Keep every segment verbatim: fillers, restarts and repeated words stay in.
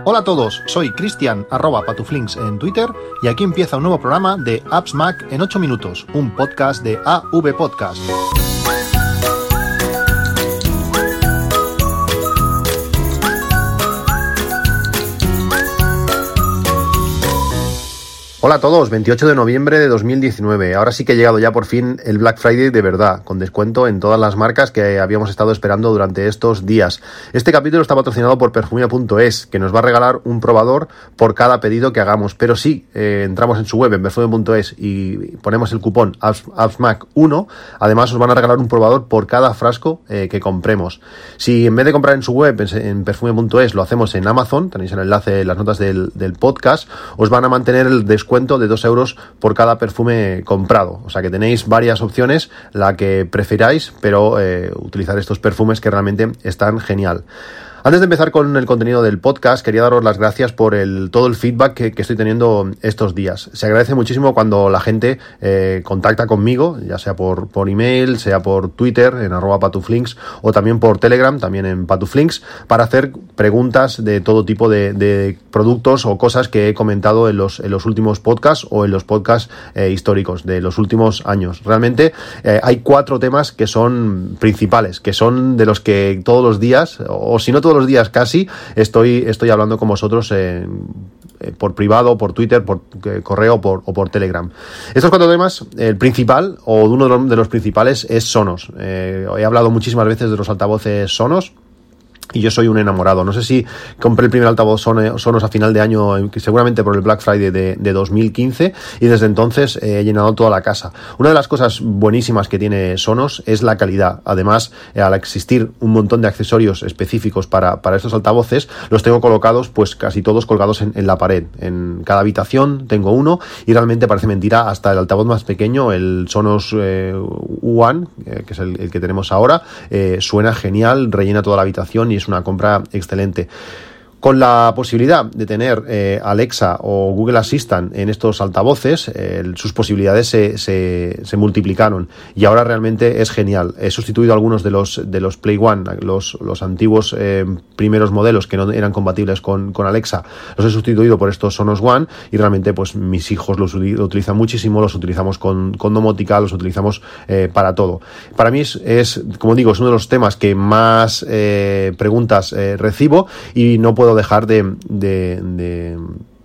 Hola a todos, soy Cristian, arroba patuflinks en Twitter, y aquí empieza un nuevo programa de Apps Mac en ocho minutos, un podcast de A V Podcast. Hola a todos, veintiocho de noviembre de dos mil diecinueve. Ahora sí que ha llegado ya por fin el Black Friday de verdad, con descuento en todas las marcas que habíamos estado esperando durante estos días. Este capítulo está patrocinado por Perfumia punto es, que nos va a regalar un probador por cada pedido que hagamos. Pero si eh, entramos en su web, en Perfumia punto es, y ponemos el cupón Apps Mac uno, además os van a regalar un probador por cada frasco eh, que compremos. Si en vez de comprar en su web, en, en Perfumia punto es, lo hacemos en Amazon, tenéis el enlace en las notas del, del podcast, os van a mantener el descuento de dos euros por cada perfume comprado. O sea que tenéis varias opciones, la que prefiráis, pero eh, utilizar estos perfumes que realmente están genial. Antes de empezar con el contenido del podcast, quería daros las gracias por el, todo el feedback que, que estoy teniendo estos días. Se agradece muchísimo cuando la gente eh, contacta conmigo, ya sea por, por email, sea por Twitter, en arroba patuflinks, o también por Telegram, también en patuflinks, para hacer preguntas de todo tipo de, de productos o cosas que he comentado en los, en los últimos podcasts o en los podcasts eh, históricos de los últimos años. Realmente eh, hay cuatro temas que son principales, que son de los que todos los días, o si no todos los días casi, estoy, estoy hablando con vosotros en, eh, por privado, por Twitter, por eh, correo por, o por Telegram. Estos cuatro temas, el principal, o uno de los, de los principales, es Sonos. Eh, he hablado muchísimas veces de los altavoces Sonos, y yo soy un enamorado. No sé si compré el primer altavoz Sonos a final de año, seguramente por el Black Friday de, de dos mil quince, y desde entonces he llenado toda la casa. Una de las cosas buenísimas que tiene Sonos es la calidad. Además, al existir un montón de accesorios específicos para, para estos altavoces, los tengo colocados, pues casi todos colgados en, en la pared. En cada habitación tengo uno, y realmente parece mentira, hasta el altavoz más pequeño, el Sonos eh, One, eh, que es el, el que tenemos ahora, eh, suena genial, rellena toda la habitación y es una compra excelente. Con la posibilidad de tener eh, Alexa o Google Assistant en estos altavoces, eh, sus posibilidades se, se, se multiplicaron, y ahora realmente es genial. He sustituido algunos de los de los Play One, los, los antiguos eh, primeros modelos que no eran compatibles con, con Alexa, los he sustituido por estos Sonos One, y realmente pues mis hijos los lo utilizan muchísimo, los utilizamos con, con domótica, los utilizamos eh, para todo. Para mí es, es, como digo, es uno de los temas que más eh, preguntas eh, recibo, y no puedo dejar de, de, de,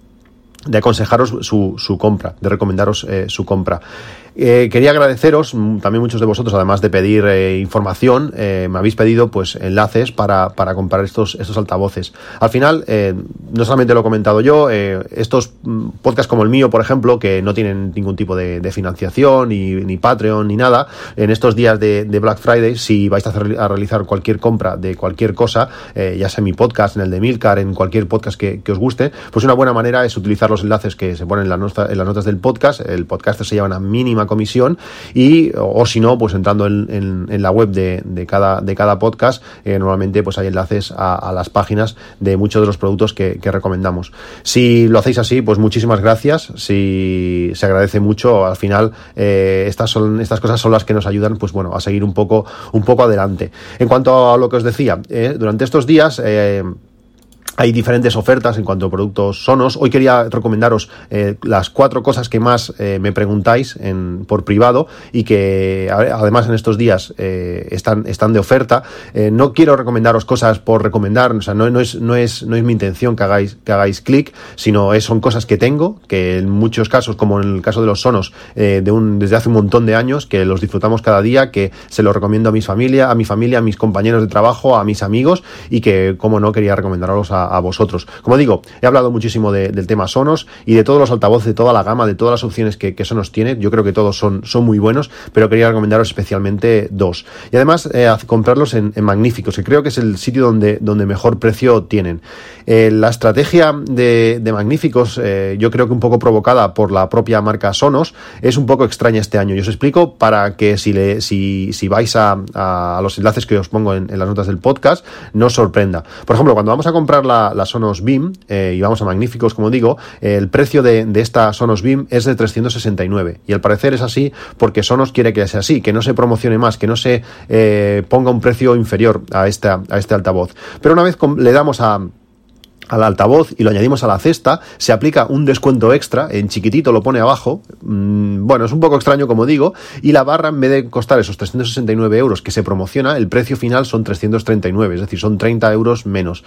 de aconsejaros su, su compra, de recomendaros eh, su compra. Eh, quería agradeceros, también muchos de vosotros, además de pedir eh, información, eh, me habéis pedido pues enlaces para, para comprar estos, estos altavoces. Al final, eh, no solamente lo he comentado yo, eh, estos podcasts como el mío, por ejemplo, que no tienen ningún tipo de, de financiación, ni, ni Patreon, ni nada, en estos días de, de Black Friday, si vais a, hacer, a realizar cualquier compra de cualquier cosa, eh, ya sea en mi podcast, en el de Milcar, en cualquier podcast que, que os guste, pues una buena manera es utilizar los enlaces que se ponen en, la nota, en las notas del podcast. El podcaster se lleva una mínima comisión, y o, o si no, pues entrando en, en, en la web de, de cada de cada podcast, eh, normalmente pues hay enlaces a, a las páginas de muchos de los productos que, que recomendamos. Si lo hacéis así, pues muchísimas gracias. Si se agradece mucho, al final eh, estas son estas cosas son las que nos ayudan, pues bueno, a seguir un poco un poco adelante. En cuanto a lo que os decía, eh, durante estos días eh, hay diferentes ofertas en cuanto a productos Sonos. Hoy quería recomendaros eh, las cuatro cosas que más eh, me preguntáis en, por privado, y que además en estos días eh, están, están de oferta. Eh, no quiero recomendaros cosas por recomendar, o sea, no, no, es, no, es, no es mi intención que hagáis, que hagáis clic, sino es, son cosas que tengo, que en muchos casos, como en el caso de los Sonos, eh, de un, desde hace un montón de años, que los disfrutamos cada día, que se los recomiendo a mi familia, a mi familia, a mis compañeros de trabajo, a mis amigos, y que, como no, quería recomendaros a a vosotros. Como digo, he hablado muchísimo de, del tema Sonos y de todos los altavoces, de toda la gama, de todas las opciones que, que Sonos tiene. Yo creo que todos son, son muy buenos, pero quería recomendaros especialmente dos. Y además, eh, comprarlos en, en Magníficos, que creo que es el sitio donde, donde mejor precio tienen. Eh, la estrategia de, de Magníficos, eh, yo creo que un poco provocada por la propia marca Sonos, es un poco extraña este año. Y os explico para que si, le, si, si vais a, a, a los enlaces que os pongo en, en las notas del podcast, no os sorprenda. Por ejemplo, cuando vamos a comprar la, la Sonos Beam eh, y vamos a Magníficos, como digo, eh, el precio de, de esta Sonos Beam es de trescientos sesenta y nueve, y al parecer es así porque Sonos quiere que sea así, que no se promocione más, que no se eh, ponga un precio inferior a, esta, a este altavoz. Pero una vez com- le damos a al altavoz y lo añadimos a la cesta, se aplica un descuento extra, en chiquitito lo pone abajo, mmm, bueno, es un poco extraño como digo, y la barra en vez de costar esos trescientos sesenta y nueve euros que se promociona, el precio final son trescientos treinta y nueve, es decir, son treinta euros menos.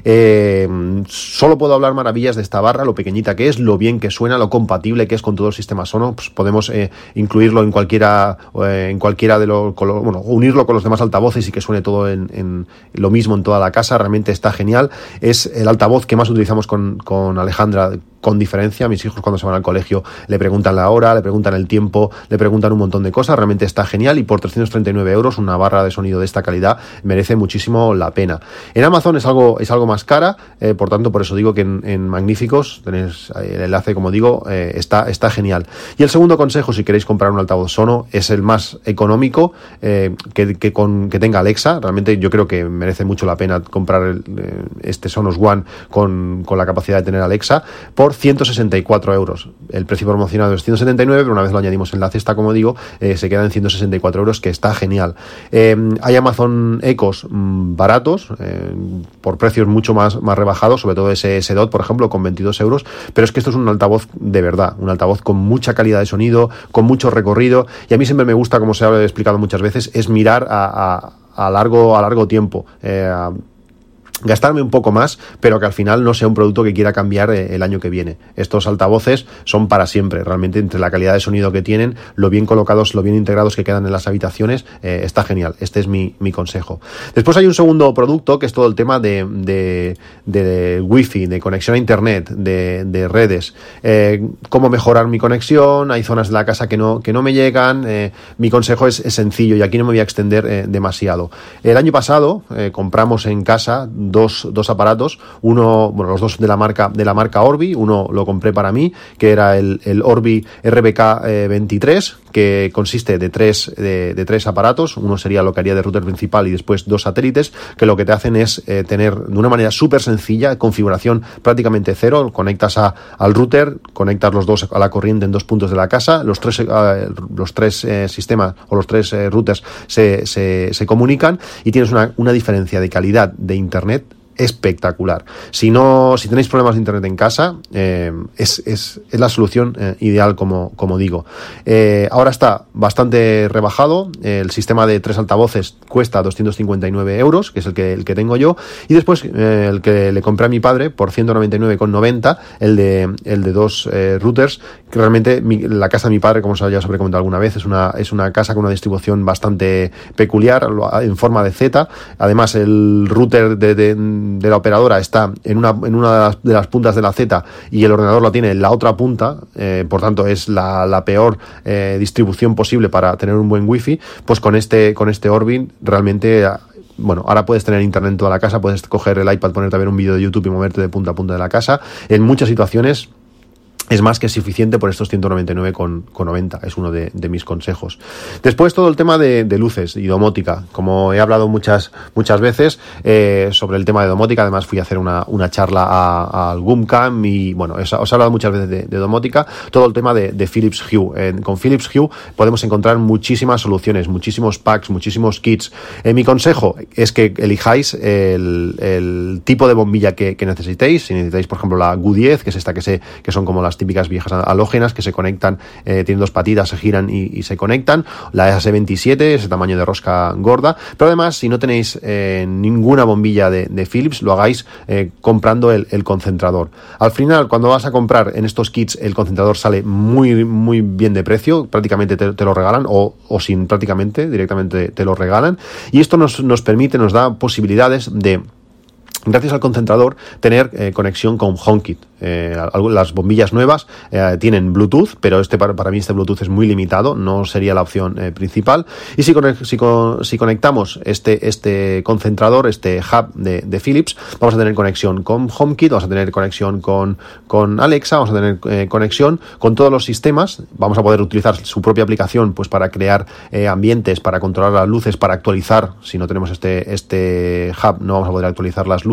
Eh, solo puedo hablar maravillas de esta barra, lo pequeñita que es, lo bien que suena, lo compatible que es con todo el sistema Sonos, pues podemos eh, incluirlo en cualquiera, eh, en cualquiera de los, bueno, unirlo con los demás altavoces y que suene todo en, en lo mismo en toda la casa, realmente está genial, es el altavoz voz que más utilizamos con, con Alejandra, con diferencia. Mis hijos cuando se van al colegio le preguntan la hora, le preguntan el tiempo, le preguntan un montón de cosas, realmente está genial y por trescientos treinta y nueve euros una barra de sonido de esta calidad merece muchísimo la pena. En Amazon es algo, es algo más cara, eh, por tanto por eso digo que en, en Magníficos, tenéis el enlace como digo, eh, está, está genial. Y el segundo consejo si queréis comprar un altavoz Sono es el más económico, eh, que, que, con, que tenga Alexa. Realmente yo creo que merece mucho la pena comprar el, eh, este Sonos One con, con la capacidad de tener Alexa por ciento sesenta y cuatro euros. El precio promocionado es ciento setenta y nueve, pero una vez lo añadimos en la cesta, como digo, eh, se queda en ciento sesenta y cuatro euros, que está genial. Eh, hay Amazon Echos mmm, baratos, eh, por precios mucho más, más rebajados, sobre todo ese S DOT, por ejemplo, con veintidós euros, pero es que esto es un altavoz de verdad, un altavoz con mucha calidad de sonido, con mucho recorrido, y a mí siempre me gusta, como se ha explicado muchas veces, es mirar a, a, a, largo, a largo tiempo, eh, a, gastarme un poco más, pero que al final no sea un producto que quiera cambiar eh, el año que viene. Estos altavoces son para siempre, realmente entre la calidad de sonido que tienen, lo bien colocados, lo bien integrados que quedan en las habitaciones, eh, está genial. Este es mi, mi consejo. Después hay un segundo producto que es todo el tema de, de, de, de wifi, de conexión a internet, de, de redes, eh, cómo mejorar mi conexión. Hay zonas de la casa que no, que no me llegan. Eh, mi consejo es, es sencillo y aquí no me voy a extender eh, demasiado. El año pasado eh, compramos en casa Dos, dos aparatos, uno, bueno, los dos de la marca de la marca Orbi, uno lo compré para mí, que era el, el Orbi R B K eh, veintitrés, que consiste de tres, de, de tres aparatos, uno sería lo que haría de router principal y después dos satélites, que lo que te hacen es eh, tener de una manera súper sencilla, configuración prácticamente cero, conectas a, al router, conectas los dos a la corriente en dos puntos de la casa, los tres, eh, los tres eh, sistemas o los tres eh, routers se, se, se comunican y tienes una, una diferencia de calidad de internet espectacular. Si no, si tenéis problemas de internet en casa, eh, es, es, es la solución eh, ideal, como, como digo. Eh, ahora está bastante rebajado. El sistema de tres altavoces cuesta doscientos cincuenta y nueve euros, que es el que, el que tengo yo, y después eh, el que le compré a mi padre por ciento noventa y nueve con noventa, el de, el de dos eh, routers, que realmente mi, la casa de mi padre, como ya os habré comentado alguna vez, es una, es una casa con una distribución bastante peculiar, en forma de Z. Además, el router de, de de la operadora está en una, en una de, las, de las puntas de la Z y el ordenador lo tiene en la otra punta, eh, por tanto es la, la peor eh, distribución posible para tener un buen wifi. Pues con este, con este Orbi realmente, bueno, ahora puedes tener internet en toda la casa, puedes coger el iPad, ponerte a ver un vídeo de YouTube y moverte de punta a punta de la casa. En muchas situaciones es más que suficiente por estos ciento noventa y nueve con noventa, es uno de, de mis consejos. Después todo el tema de, de luces y domótica, como he hablado muchas muchas veces eh, sobre el tema de domótica. Además fui a hacer una, una charla al Gumcam y bueno, os, os he hablado muchas veces de, de domótica. Todo el tema de, de Philips Hue, eh, con Philips Hue podemos encontrar muchísimas soluciones, muchísimos packs, muchísimos kits. Eh, mi consejo es que elijáis el, el tipo de bombilla que, que necesitéis. Si necesitáis, por ejemplo, la Q diez, que es esta que, se, que son como las típicas viejas halógenas que se conectan, eh, tienen dos patitas, se giran y, y se conectan, la S veintisiete, ese tamaño de rosca gorda. Pero además, si no tenéis eh, ninguna bombilla de, de Philips, lo hagáis eh, comprando el, el concentrador. Al final, cuando vas a comprar en estos kits, el concentrador sale muy muy bien de precio, prácticamente te, te lo regalan, o, o sin prácticamente, directamente te lo regalan, y esto nos, nos permite, nos da posibilidades de, gracias al concentrador, tener eh, conexión con HomeKit. Eh, las bombillas nuevas eh, tienen Bluetooth, pero este para, para mí este Bluetooth es muy limitado, no sería la opción eh, principal. Y si, con, si, con, si conectamos este, este concentrador, este hub de, de Philips, vamos a tener conexión con HomeKit, vamos a tener conexión con, con Alexa, vamos a tener eh, conexión con todos los sistemas. Vamos a poder utilizar su propia aplicación pues para crear eh, ambientes, para controlar las luces, para actualizar. Si no tenemos este, este hub, no vamos a poder actualizar las luces.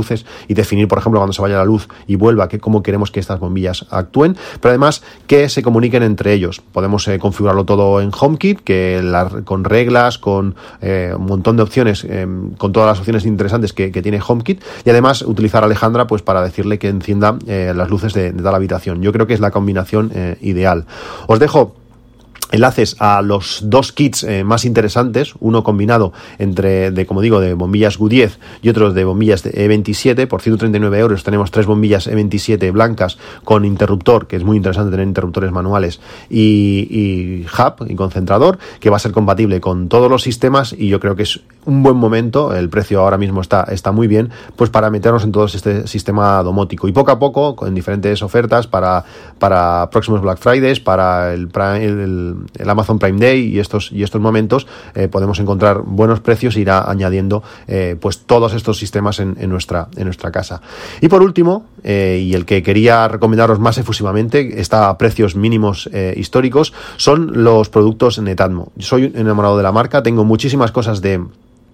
luces y definir, por ejemplo, cuando se vaya la luz y vuelva, que cómo queremos que estas bombillas actúen, pero además que se comuniquen entre ellos. Podemos eh, configurarlo todo en HomeKit, que la, con reglas, con eh, un montón de opciones, eh, con todas las opciones interesantes que, que tiene HomeKit, y además utilizar a Alejandra pues para decirle que encienda eh, las luces de, de toda la habitación. Yo creo que es la combinación eh, ideal. Os dejo enlaces a los dos kits eh, más interesantes, uno combinado entre, de como digo, de bombillas Q diez y otros de bombillas de E veintisiete. Por ciento treinta y nueve euros tenemos tres bombillas E veintisiete blancas con interruptor, que es muy interesante tener interruptores manuales, y, y hub y concentrador, que va a ser compatible con todos los sistemas, y yo creo que es un buen momento, el precio ahora mismo está, está muy bien, pues para meternos en todo este sistema domótico, y poco a poco, con diferentes ofertas para, para próximos Black Fridays, para el, el el Amazon Prime Day y estos y estos momentos, eh, podemos encontrar buenos precios e ir añadiendo eh, pues todos estos sistemas en, en nuestra en nuestra casa. Y por último, eh, y el que quería recomendaros más efusivamente, está a precios mínimos eh, históricos, son los productos Netatmo. Soy enamorado de la marca, tengo muchísimas cosas de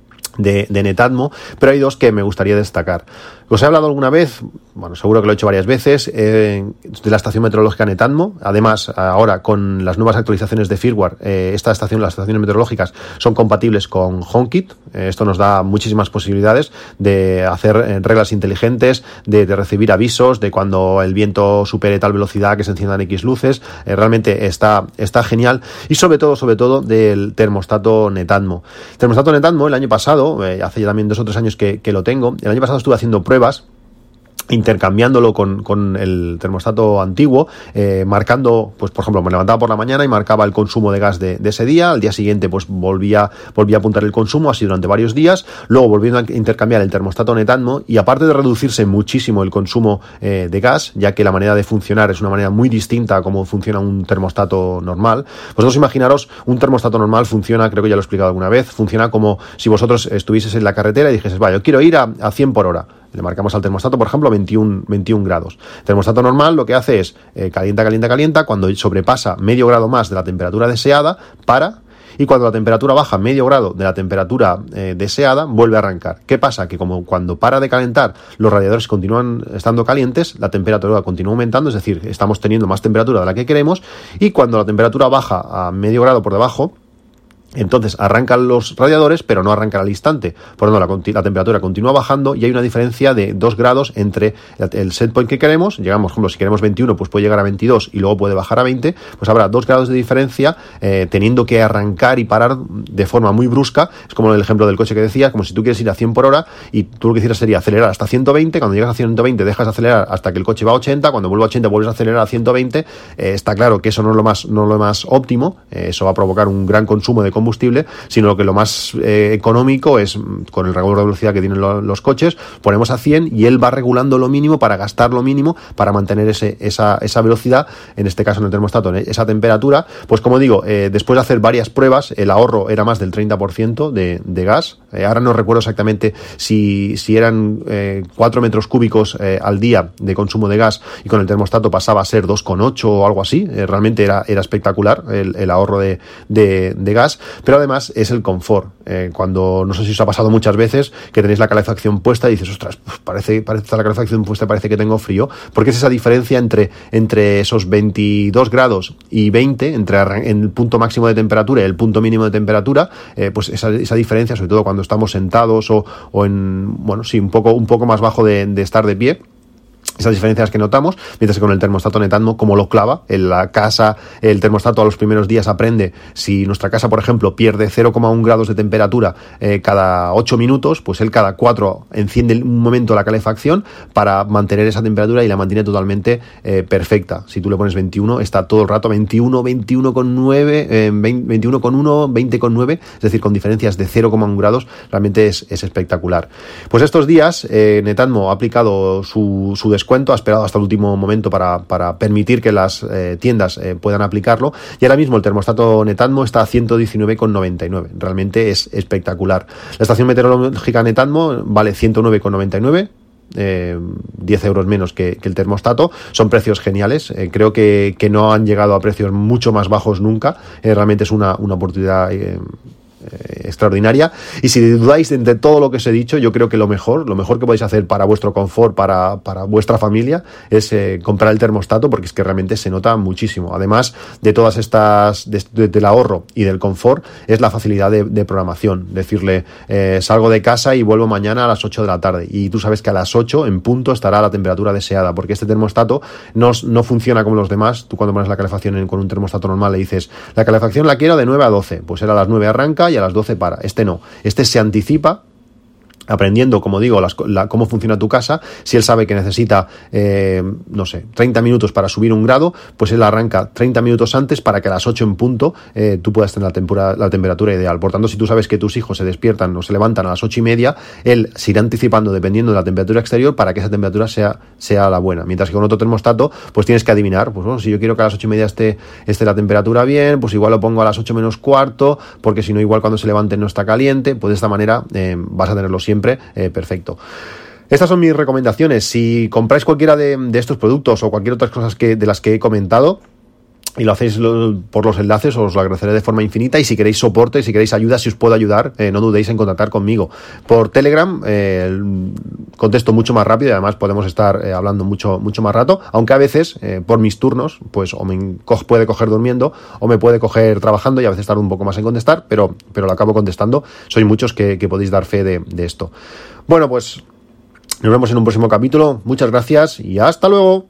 De, de Netatmo, pero hay dos que me gustaría destacar. Os he hablado alguna vez, bueno, seguro que lo he hecho varias veces, eh, de la estación meteorológica Netatmo. Además, ahora con las nuevas actualizaciones de firmware, eh, esta estación, las estaciones meteorológicas son compatibles con HomeKit. Eh, esto nos da muchísimas posibilidades de hacer eh, reglas inteligentes, de, de recibir avisos de cuando el viento supere tal velocidad que se enciendan X luces. Eh, realmente está, está genial, y sobre todo, sobre todo del termostato Netatmo. El termostato Netatmo, el año pasado, Eh, hace ya también dos o tres años que, que lo tengo. El año pasado estuve haciendo pruebas, intercambiándolo con, con el termostato antiguo, eh, marcando, pues por ejemplo, me levantaba por la mañana y marcaba el consumo de gas de, de ese día. Al día siguiente pues volvía, volvía a apuntar el consumo, así durante varios días, luego volviendo a intercambiar el termostato Netatmo, y aparte de reducirse muchísimo el consumo eh, de gas, ya que la manera de funcionar es una manera muy distinta a cómo funciona un termostato normal. Vosotros imaginaros, un termostato normal funciona, creo que ya lo he explicado alguna vez, funciona como si vosotros estuvieseis en la carretera y dijeses, vaya, yo quiero ir a, a cien por hora. Le marcamos al termostato, por ejemplo, veintiún, veintiún grados. El termostato normal lo que hace es eh, calienta, calienta, calienta. Cuando sobrepasa medio grado más de la temperatura deseada, para, y cuando la temperatura baja medio grado de la temperatura eh, deseada, vuelve a arrancar. ¿Qué pasa? Que como cuando para de calentar, los radiadores continúan estando calientes, la temperatura continúa aumentando, es decir, estamos teniendo más temperatura de la que queremos, y cuando la temperatura baja a medio grado por debajo, entonces arrancan los radiadores, pero no arrancan al instante. Por lo tanto, la, la temperatura continúa bajando, y hay una diferencia de dos grados entre el, el set point que queremos. Llegamos, por ejemplo, si queremos veintiuno, pues puede llegar a veintidós y luego puede bajar a veinte. Pues habrá dos grados de diferencia, eh, teniendo que arrancar y parar de forma muy brusca. Es como el ejemplo del coche que decía, como si tú quieres ir a cien por hora y tú lo que quisieras sería acelerar hasta ciento veinte. Cuando llegas a ciento veinte dejas de acelerar hasta que el coche va a ochenta. Cuando vuelve a ochenta vuelves a acelerar a ciento veinte. Eh, está claro que eso no es lo más, no es lo más óptimo. Eh, eso va a provocar un gran consumo de combustible, sino lo que lo más eh, económico es, con el regulador de velocidad que tienen lo, los coches, ponemos a cien y él va regulando lo mínimo para gastar lo mínimo para mantener ese, esa, esa velocidad, en este caso en el termostato, esa temperatura. Pues como digo, eh, después de hacer varias pruebas, el ahorro era más del treinta por ciento de, de gas. Eh, ahora no recuerdo exactamente si, si eran eh, cuatro metros cúbicos eh, al día de consumo de gas, y con el termostato pasaba a ser dos coma ocho o algo así. Eh, realmente era, era espectacular el, el ahorro de, de, de gas, pero además es el confort. Eh, cuando, no sé si os ha pasado muchas veces, que tenéis la calefacción puesta y dices, ostras, pues parece, parece la calefacción puesta, parece que tengo frío, porque es esa diferencia entre, entre esos veintidós grados y veinte, entre en el punto máximo de temperatura y el punto mínimo de temperatura, eh, pues esa, esa diferencia, sobre todo cuando estamos sentados o, o en, bueno, sí, un poco, un poco más bajo de, de estar de pie. Esas diferencias que notamos, mientras que con el termostato Netatmo, como lo clava, en la casa, el termostato a los primeros días aprende, si nuestra casa, por ejemplo, pierde cero coma uno grados de temperatura eh, cada ocho minutos, pues él cada cuatro enciende un momento la calefacción para mantener esa temperatura y la mantiene totalmente eh, perfecta. Si tú le pones veintiuno, está todo el rato veintiuno, veintiuno coma nueve, eh, veintiuno coma uno, veinte coma nueve, es decir, con diferencias de cero coma uno grados, realmente es, es espectacular. Pues estos días eh, Netatmo ha aplicado su, su descuento, ha esperado hasta el último momento para, para permitir que las eh, tiendas eh, puedan aplicarlo, y ahora mismo el termostato Netatmo está a ciento diecinueve coma noventa y nueve. Realmente es espectacular. La estación meteorológica Netatmo vale ciento nueve coma noventa y nueve. Eh, diez euros menos que, que el termostato. Son precios geniales. Eh, creo que, que no han llegado a precios mucho más bajos nunca. Eh, realmente es una, una oportunidad eh, eh, extraordinaria. Y si dudáis entre todo lo que os he dicho, yo creo que lo mejor, lo mejor que podéis hacer para vuestro confort, para, para vuestra familia, es eh, comprar el termostato, porque es que realmente se nota muchísimo. Además de todas estas, de, de, del ahorro y del confort, es la facilidad de, de programación. Decirle, eh, salgo de casa y vuelvo mañana a las ocho de la tarde. Y tú sabes que a las ocho en punto estará la temperatura deseada, porque este termostato no, no funciona como los demás. Tú cuando pones la calefacción en, con un termostato normal le dices, la calefacción la quiero de nueve a doce. Pues él a las nueve arranca y a las doce para. Este no. Este se anticipa, aprendiendo, como digo, las, la, cómo funciona tu casa. Si él sabe que necesita, eh, no sé, treinta minutos para subir un grado, pues él arranca treinta minutos antes para que a las ocho en punto eh, tú puedas tener la, tempura, la temperatura ideal. Por tanto, si tú sabes que tus hijos se despiertan o se levantan a las ocho y media, él se irá anticipando dependiendo de la temperatura exterior para que esa temperatura sea, sea la buena. Mientras que con otro termostato, pues tienes que adivinar, pues bueno, si yo quiero que a las ocho y media esté, esté la temperatura bien, pues igual lo pongo a las ocho menos cuarto, porque si no, igual cuando se levante no está caliente. Pues de esta manera eh, vas a tenerlo siempre Eh, perfecto. Estas son mis recomendaciones. Si compráis cualquiera de, de estos productos o cualquier otras cosas que, de las que he comentado y lo hacéis lo, por los enlaces, os lo agradeceré de forma infinita. Y si queréis soporte, si queréis ayuda, si os puedo ayudar, eh, no dudéis en contactar conmigo por Telegram. Eh, contesto mucho más rápido y además podemos estar eh, hablando mucho mucho más rato, aunque a veces eh, por mis turnos pues o me co- puede coger durmiendo o me puede coger trabajando y a veces tardo un poco más en contestar, pero, pero lo acabo contestando. Sois muchos que, que podéis dar fe de, de esto. Bueno, pues nos vemos en un próximo capítulo. Muchas gracias y hasta luego.